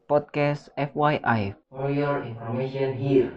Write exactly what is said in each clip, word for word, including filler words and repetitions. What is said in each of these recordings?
podcast F Y I for your information here.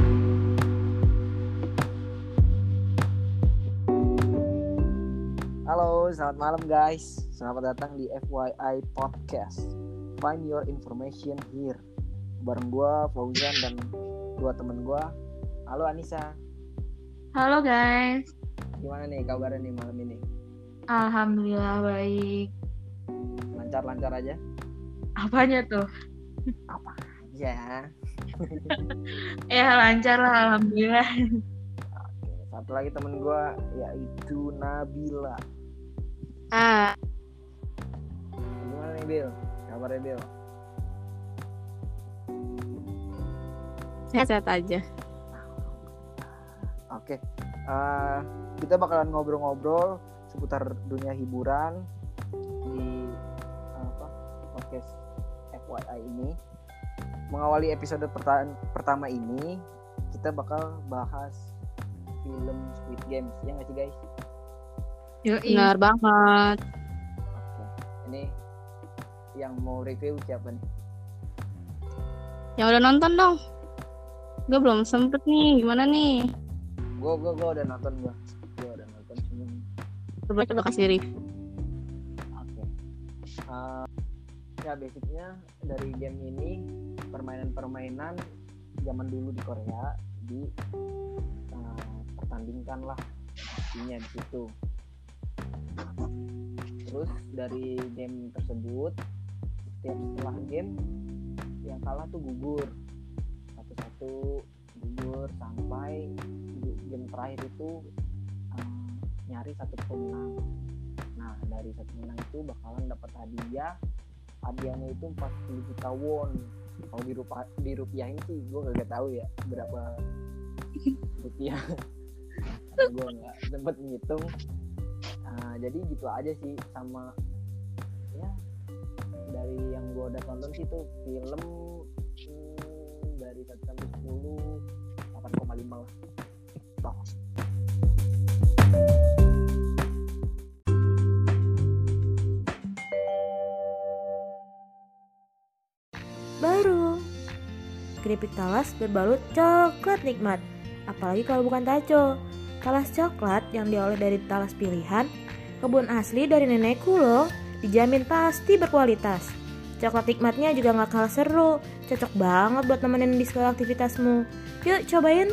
Halo, selamat malam guys. Selamat datang di F Y I Podcast. Find your information here. Bareng gua Fauzan dan dua temen gua. Halo Anissa. Halo guys. Gimana nih kabarnya nih malam ini? Alhamdulillah baik. Lancar-lancar aja? Apanya tuh? Apa aja? Ya lancar lah, alhamdulillah. Oke, satu lagi temen gua yaitu Nabila. Ah, Gimana nih Bil? Kabarnya Bil? sehat-sehat aja. Oke, uh, kita bakalan ngobrol-ngobrol seputar dunia hiburan di uh, apa podcast F Y I ini. Mengawali episode perta- pertama ini, kita bakal bahas film Squid Games, ya nggak sih guys? Yoi. Benar banget. Oke, ini yang mau review siapa nih? Yang udah nonton dong. Gue belum sempet nih. Gimana nih? Gue gue gue udah nonton gue, gue udah nonton semua. Coba coba kasih review. Oke. Uh, ya basicnya dari game ini permainan-permainan zaman dulu di Korea di uh, pertandingkan lah pastinya di situ. Terus dari game tersebut setiap setelah game yang kalah tuh gugur satu-satu gugur sampai di game terakhir itu um, nyari satu pemenang. Nah dari satu pemenang itu bakalan dapat hadiah. Hadiahnya itu empat puluh juta won. Kalau di rupiah di rupiahin sih gue gak tahu ya berapa rupiah. Gue nggak sempet ngitung. Nah, jadi gitu aja sih sama ya dari yang gue udah tonton sih tuh film hmm, dari satu sampai sepuluh delapan koma lima lah. Toh. Baru keripik talas berbalut coklat nikmat. Apalagi kalau bukan taco. Talas coklat yang diolah dari talas pilihan kebun asli dari nenekku loh. Dijamin pasti berkualitas. Coklat nikmatnya juga gak kalah seru. Cocok banget buat nemenin di segala aktivitasmu. Yuk cobain.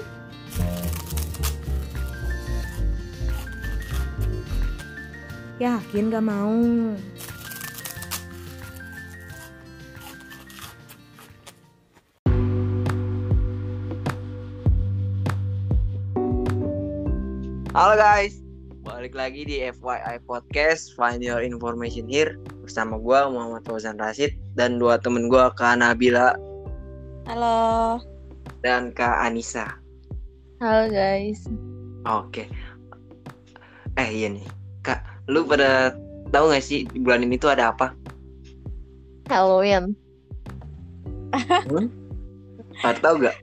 Yakin gak mau? Halo guys, balik lagi di F Y I Podcast Find Your Information Here bersama gue Muhammad Fauzan Rashid dan dua temen gue Kak Nabila Halo. dan Kak Anissa. Halo guys. Oke. Eh iya nih, Kak, lu pada tahu nggak sih di bulan ini tuh ada apa? Halloween. Hmm? Pada tahu gak?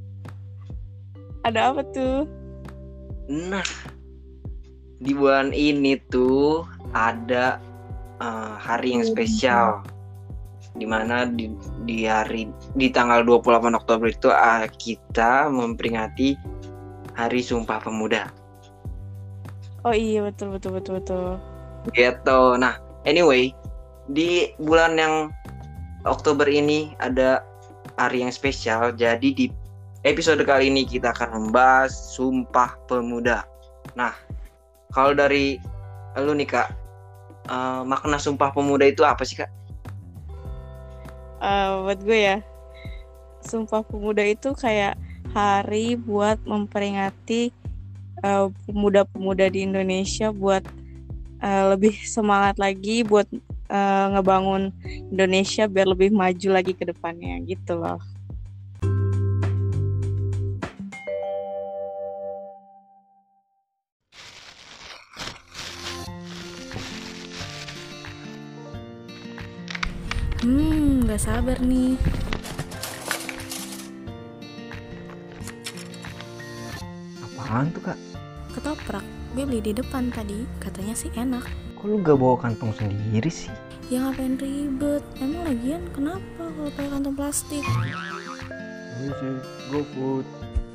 Ada apa tuh? Nah, di bulan ini tuh ada uh, hari yang spesial, dimana di, di hari di tanggal dua puluh delapan Oktober itu uh, kita memperingati Hari Sumpah Pemuda. Oh iya betul betul betul betul. Gitu. Nah, anyway, di bulan yang Oktober ini ada hari yang spesial. Jadi di episode kali ini kita akan membahas Sumpah Pemuda. Nah, kalau dari lu nih Kak, uh, makna Sumpah Pemuda itu apa sih Kak? Uh, buat gue ya, Sumpah Pemuda itu kayak hari buat memperingati uh, pemuda-pemuda di Indonesia buat uh, lebih semangat lagi buat uh, ngebangun Indonesia biar lebih maju lagi ke depannya gitu loh. Hmm, gak sabar nih. Apaan tuh Kak? Ketoprak, gue beli di depan tadi. Katanya sih enak. Kok lu gak bawa kantong sendiri sih? Ya ngapain ribet? Emang lagian kenapa kalau pakai kantong plastik? sih, GoFood.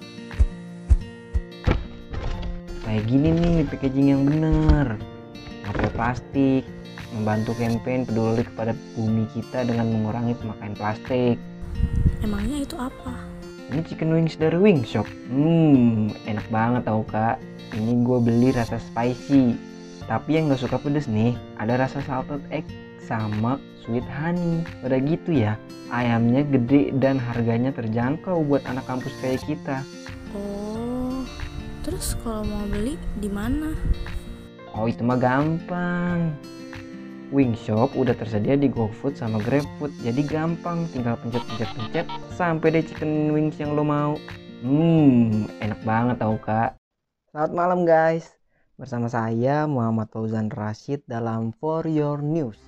Kayak gini nih packaging yang bener, nggak pakai plastik, membantu campaign peduli kepada bumi kita dengan mengurangi pemakaian plastik. Emangnya itu apa? Ini chicken wings dari Wing Shop. Hmm, enak banget tau kak. Ini gue beli rasa spicy, tapi yang nggak suka pedes nih, ada rasa salted egg sama sweet honey. Udah gitu ya, ayamnya gede dan harganya terjangkau buat anak kampus kayak kita. Oh, terus kalau mau beli di mana? Oh itu mah gampang. Wing Shop udah tersedia di GoFood sama GrabFood, jadi gampang, tinggal pencet-pencet-pencet sampai deh chicken wings yang lo mau. Hmm, enak banget tau kak. Selamat malam guys, bersama saya Muhammad Fauzan Rashid dalam For Your News.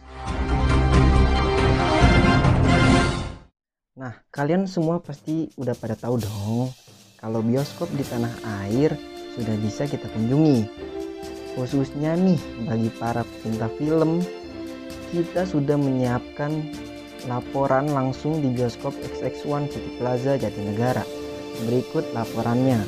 Nah, kalian semua pasti udah pada tahu dong kalau bioskop di tanah air sudah bisa kita kunjungi. Khususnya nih bagi para pecinta film, kita sudah menyiapkan laporan langsung di bioskop X X satu City Plaza Jatinegara. Berikut laporannya.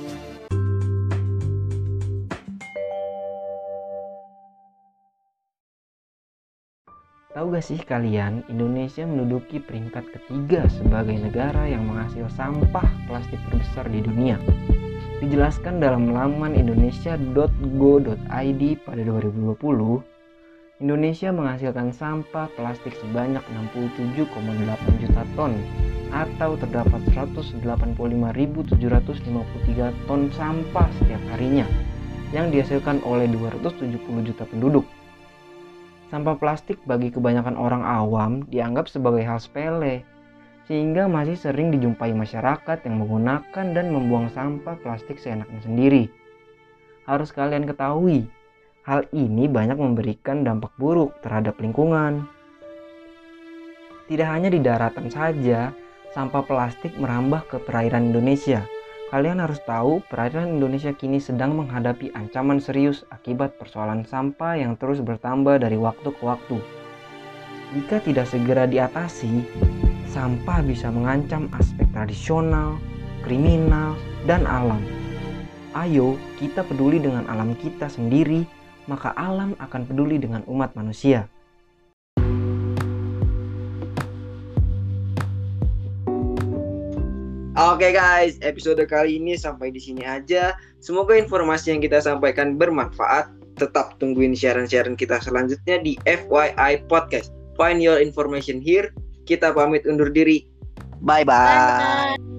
Tahu gak sih kalian, Indonesia menduduki peringkat ketiga sebagai negara yang menghasil sampah plastik terbesar di dunia. Dijelaskan dalam laman indonesia dot go dot i d pada dua ribu dua puluh, Indonesia menghasilkan sampah plastik sebanyak enam puluh tujuh koma delapan juta ton atau terdapat seratus delapan puluh lima ribu tujuh ratus lima puluh tiga ton sampah setiap harinya yang dihasilkan oleh dua ratus tujuh puluh juta penduduk. Sampah plastik bagi kebanyakan orang awam dianggap sebagai hal sepele, sehingga masih sering dijumpai masyarakat yang menggunakan dan membuang sampah plastik seenaknya sendiri. Harus kalian ketahui, hal ini banyak memberikan dampak buruk terhadap lingkungan. Tidak hanya di daratan saja, sampah plastik merambah ke perairan Indonesia. Kalian harus tahu, perairan Indonesia kini sedang menghadapi ancaman serius akibat persoalan sampah yang terus bertambah dari waktu ke waktu. Jika tidak segera diatasi, sampah bisa mengancam aspek tradisional, kriminal, dan alam. Ayo, kita peduli dengan alam kita sendiri, maka alam akan peduli dengan umat manusia. Oke guys, episode kali ini sampai di sini aja. Semoga informasi yang kita sampaikan bermanfaat. Tetap tungguin siaran-siaran kita selanjutnya di F Y I Podcast. Find your information here. Kita pamit undur diri. Bye-bye. Bye-bye.